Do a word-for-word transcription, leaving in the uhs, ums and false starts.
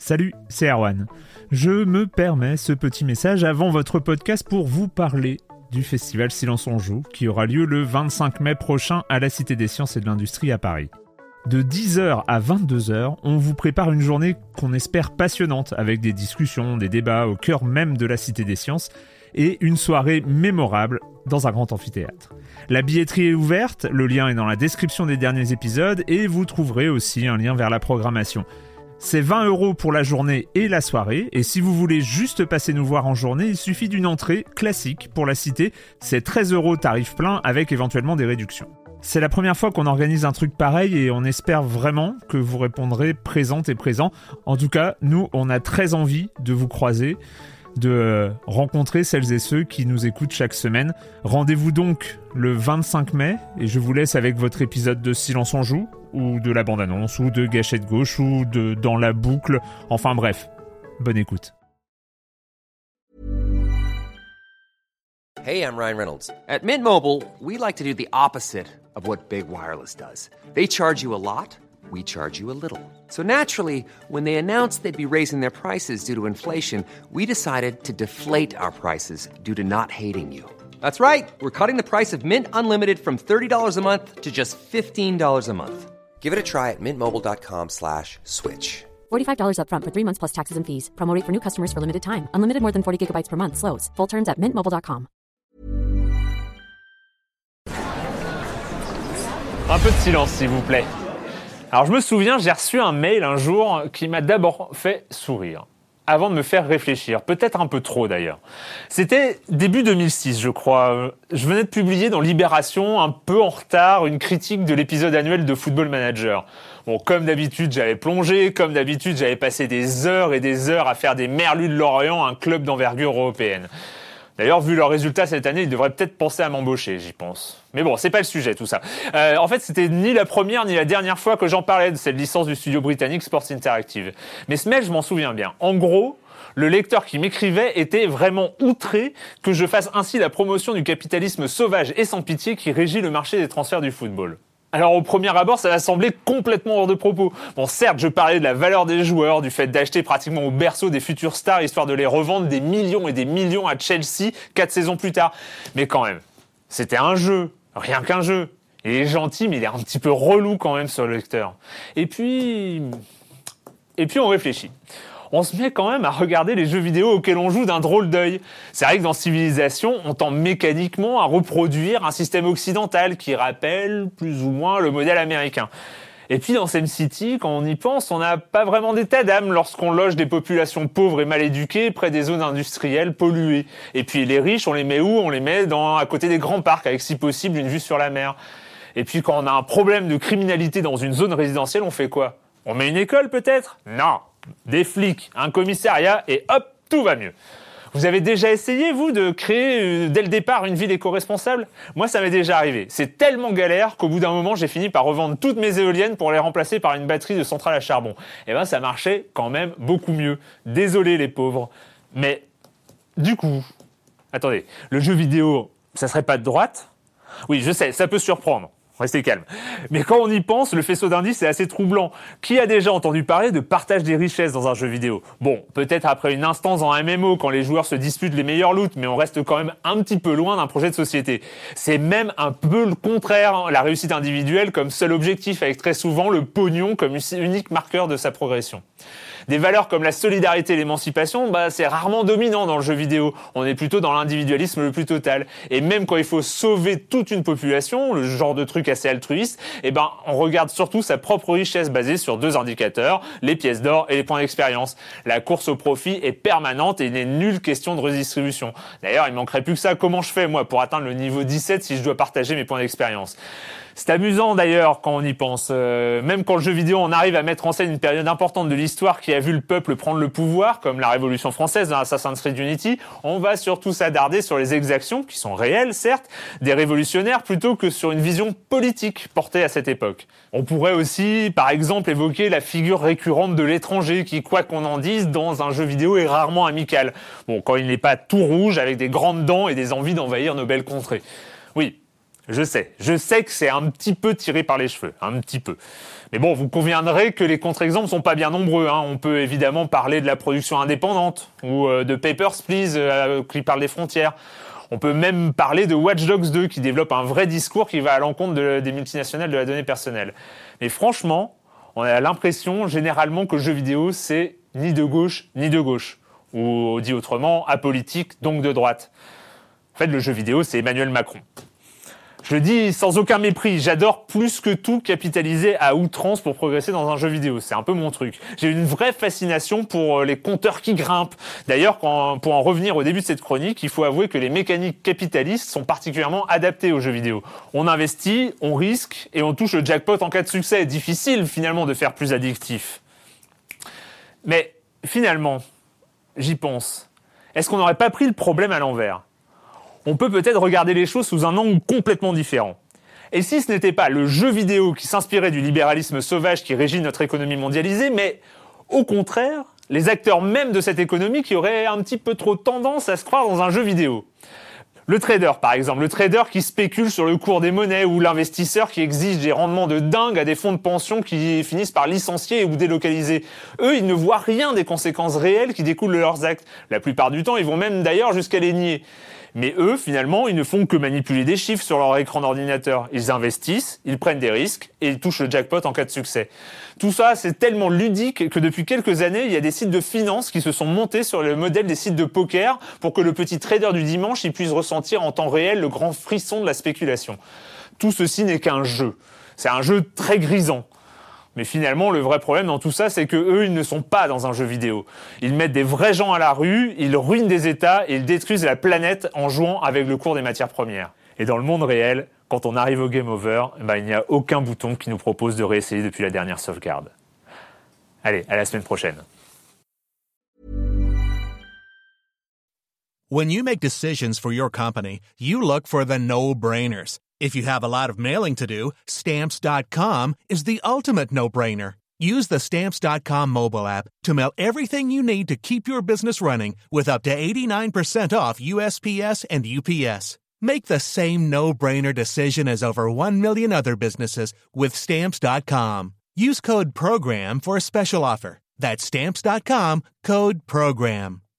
Salut, c'est Erwan. Je me permets ce petit message avant votre podcast pour vous parler du festival Silence on joue qui aura lieu le vingt-cinq mai prochain à la Cité des Sciences et de l'Industrie à Paris. De dix heures à vingt-deux heures, on vous prépare une journée qu'on espère passionnante avec des discussions, des débats au cœur même de la Cité des Sciences et une soirée mémorable dans un grand amphithéâtre. La billetterie est ouverte, le lien est dans la description des derniers épisodes et vous trouverez aussi un lien vers la programmation. C'est vingt euros pour la journée et la soirée, et si vous voulez juste passer nous voir en journée, il suffit d'une entrée classique pour la cité, c'est treize euros tarif plein avec éventuellement des réductions. C'est la première fois qu'on organise un truc pareil et on espère vraiment que vous répondrez présente et présent. En tout cas, nous, on a très envie de vous croiser, de rencontrer celles et ceux qui nous écoutent chaque semaine. Rendez-vous donc le vingt-cinq mai et je vous laisse avec votre épisode de Silence on joue, ou de la bande-annonce, ou de Gâchette Gauche, ou de Dans la boucle, enfin bref, bonne écoute. Hey, I'm Ryan Reynolds. At Mint Mobile, we like to do the opposite of what Big Wireless does. They charge you a lot, we charge you a little. So naturally, when they announced they'd be raising their prices due to inflation, we decided to deflate our prices due to not hating you. That's right. We're cutting the price of Mint Unlimited from thirty dollars a month to just fifteen dollars a month. Give it a try at mintmobile.com slash switch. forty-five dollars up front for three months plus taxes and fees. Promo rate for new customers for limited time. Unlimited more than forty gigabytes per month. Slows full terms at mint mobile dot com. Un peu de silence, s'il vous plaît. Alors, je me souviens, j'ai reçu un mail un jour qui m'a d'abord fait sourire, avant de me faire réfléchir, peut-être un peu trop d'ailleurs. C'était début deux mille six, je crois. Je venais de publier dans Libération, un peu en retard, une critique de l'épisode annuel de Football Manager. Bon, comme d'habitude, j'avais plongé, comme d'habitude, j'avais passé des heures et des heures à faire des Merlus de Lorient, un club d'envergure européenne. D'ailleurs, vu leurs résultats cette année, ils devraient peut-être penser à m'embaucher, j'y pense. Mais bon, c'est pas le sujet, tout ça. Euh, en fait, c'était ni la première ni la dernière fois que j'en parlais de cette licence du studio britannique Sports Interactive. Mais ce mail, je m'en souviens bien. En gros, le lecteur qui m'écrivait était vraiment outré que je fasse ainsi la promotion du capitalisme sauvage et sans pitié qui régit le marché des transferts du football. Alors au premier abord, ça va sembler complètement hors de propos. Bon, certes, je parlais de la valeur des joueurs, du fait d'acheter pratiquement au berceau des futures stars, histoire de les revendre des millions et des millions à Chelsea quatre saisons plus tard. Mais quand même, c'était un jeu, rien qu'un jeu. Il est gentil, mais il est un petit peu relou quand même sur le lecteur. Et puis... Et puis on réfléchit. On se met quand même à regarder les jeux vidéo auxquels on joue d'un drôle d'œil. C'est vrai que dans Civilisation, on tend mécaniquement à reproduire un système occidental qui rappelle plus ou moins le modèle américain. Et puis dans SimCity, quand on y pense, on n'a pas vraiment d'état d'âme lorsqu'on loge des populations pauvres et mal éduquées près des zones industrielles polluées. Et puis les riches, on les met où ? On les met dans, à côté des grands parcs, avec si possible une vue sur la mer. Et puis quand on a un problème de criminalité dans une zone résidentielle, on fait quoi ? On met une école peut-être ? Non. Des flics, un commissariat et hop, tout va mieux. Vous avez déjà essayé, vous, de créer euh, dès le départ une ville éco-responsable ? Moi, ça m'est déjà arrivé. C'est tellement galère qu'au bout d'un moment, j'ai fini par revendre toutes mes éoliennes pour les remplacer par une batterie de centrale à charbon. Et ben, ça marchait quand même beaucoup mieux. Désolé les pauvres. Mais, du coup, attendez, le jeu vidéo, ça serait pas de droite ? Oui, je sais, ça peut surprendre. Restez calme. Mais quand on y pense, le faisceau d'indices est assez troublant. Qui a déjà entendu parler de partage des richesses dans un jeu vidéo ? Bon, peut-être après une instance en M M O quand les joueurs se disputent les meilleurs loots, mais on reste quand même un petit peu loin d'un projet de société. C'est même un peu le contraire, hein, la réussite individuelle comme seul objectif, avec très souvent le pognon comme unique marqueur de sa progression. Des valeurs comme la solidarité et l'émancipation, bah, c'est rarement dominant dans le jeu vidéo. On est plutôt dans l'individualisme le plus total. Et même quand il faut sauver toute une population, le genre de truc assez altruiste, eh ben, on regarde surtout sa propre richesse basée sur deux indicateurs, les pièces d'or et les points d'expérience. La course au profit est permanente et il n'est nulle question de redistribution. D'ailleurs, il manquerait plus que ça. Comment je fais, moi, pour atteindre le niveau dix-sept si je dois partager mes points d'expérience ? C'est amusant d'ailleurs quand on y pense. Euh, même quand le jeu vidéo on arrive à mettre en scène une période importante de l'histoire qui a vu le peuple prendre le pouvoir, comme la Révolution française dans Assassin's Creed Unity, on va surtout s'attarder sur les exactions, qui sont réelles certes, des révolutionnaires plutôt que sur une vision politique portée à cette époque. On pourrait aussi, par exemple, évoquer la figure récurrente de l'étranger qui, quoi qu'on en dise, dans un jeu vidéo est rarement amical. Bon, quand il n'est pas tout rouge avec des grandes dents et des envies d'envahir nos belles contrées. Oui. Je sais, je sais que c'est un petit peu tiré par les cheveux, un petit peu. Mais bon, vous conviendrez que les contre-exemples sont pas bien nombreux. Hein. On peut évidemment parler de la production indépendante ou euh, de Papers, Please euh, qui parle des frontières. On peut même parler de Watch Dogs deux qui développe un vrai discours qui va à l'encontre de, des multinationales de la donnée personnelle. Mais franchement, on a l'impression généralement que le jeu vidéo c'est ni de gauche ni de gauche. Ou dit autrement, apolitique, donc de droite. En fait, le jeu vidéo, c'est Emmanuel Macron. Je le dis sans aucun mépris, j'adore plus que tout capitaliser à outrance pour progresser dans un jeu vidéo. C'est un peu mon truc. J'ai une vraie fascination pour les compteurs qui grimpent. D'ailleurs, quand, pour en revenir au début de cette chronique, il faut avouer que les mécaniques capitalistes sont particulièrement adaptées aux jeux vidéo. On investit, on risque et on touche le jackpot en cas de succès. Difficile finalement de faire plus addictif. Mais finalement, j'y pense. Est-ce qu'on n'aurait pas pris le problème à l'envers ? On peut peut-être regarder les choses sous un angle complètement différent. Et si ce n'était pas le jeu vidéo qui s'inspirait du libéralisme sauvage qui régit notre économie mondialisée, mais au contraire, les acteurs même de cette économie qui auraient un petit peu trop tendance à se croire dans un jeu vidéo. Le trader, par exemple, le trader qui spécule sur le cours des monnaies ou l'investisseur qui exige des rendements de dingue à des fonds de pension qui finissent par licencier ou délocaliser. Eux, ils ne voient rien des conséquences réelles qui découlent de leurs actes. La plupart du temps, ils vont même d'ailleurs jusqu'à les nier. Mais eux, finalement, ils ne font que manipuler des chiffres sur leur écran d'ordinateur. Ils investissent, ils prennent des risques et ils touchent le jackpot en cas de succès. Tout ça, c'est tellement ludique que depuis quelques années, il y a des sites de finance qui se sont montés sur le modèle des sites de poker pour que le petit trader du dimanche il puisse ressentir en temps réel le grand frisson de la spéculation. Tout ceci n'est qu'un jeu. C'est un jeu très grisant. Mais finalement, le vrai problème dans tout ça, c'est que eux, ils ne sont pas dans un jeu vidéo. Ils mettent des vrais gens à la rue, ils ruinent des États et ils détruisent la planète en jouant avec le cours des matières premières. Et dans le monde réel, quand on arrive au game over, ben, il n'y a aucun bouton qui nous propose de réessayer depuis la dernière sauvegarde. Allez, à la semaine prochaine. When you make decisions for your company, you look for the no-brainers. If you have a lot of mailing to do, Stamps dot com is the ultimate no-brainer. Use the Stamps dot com mobile app to mail everything you need to keep your business running with up to eighty-nine percent off U S P S and U P S. Make the same no-brainer decision as over one million other businesses with Stamps dot com. Use code PROGRAM for a special offer. That's Stamps dot com, code PROGRAM.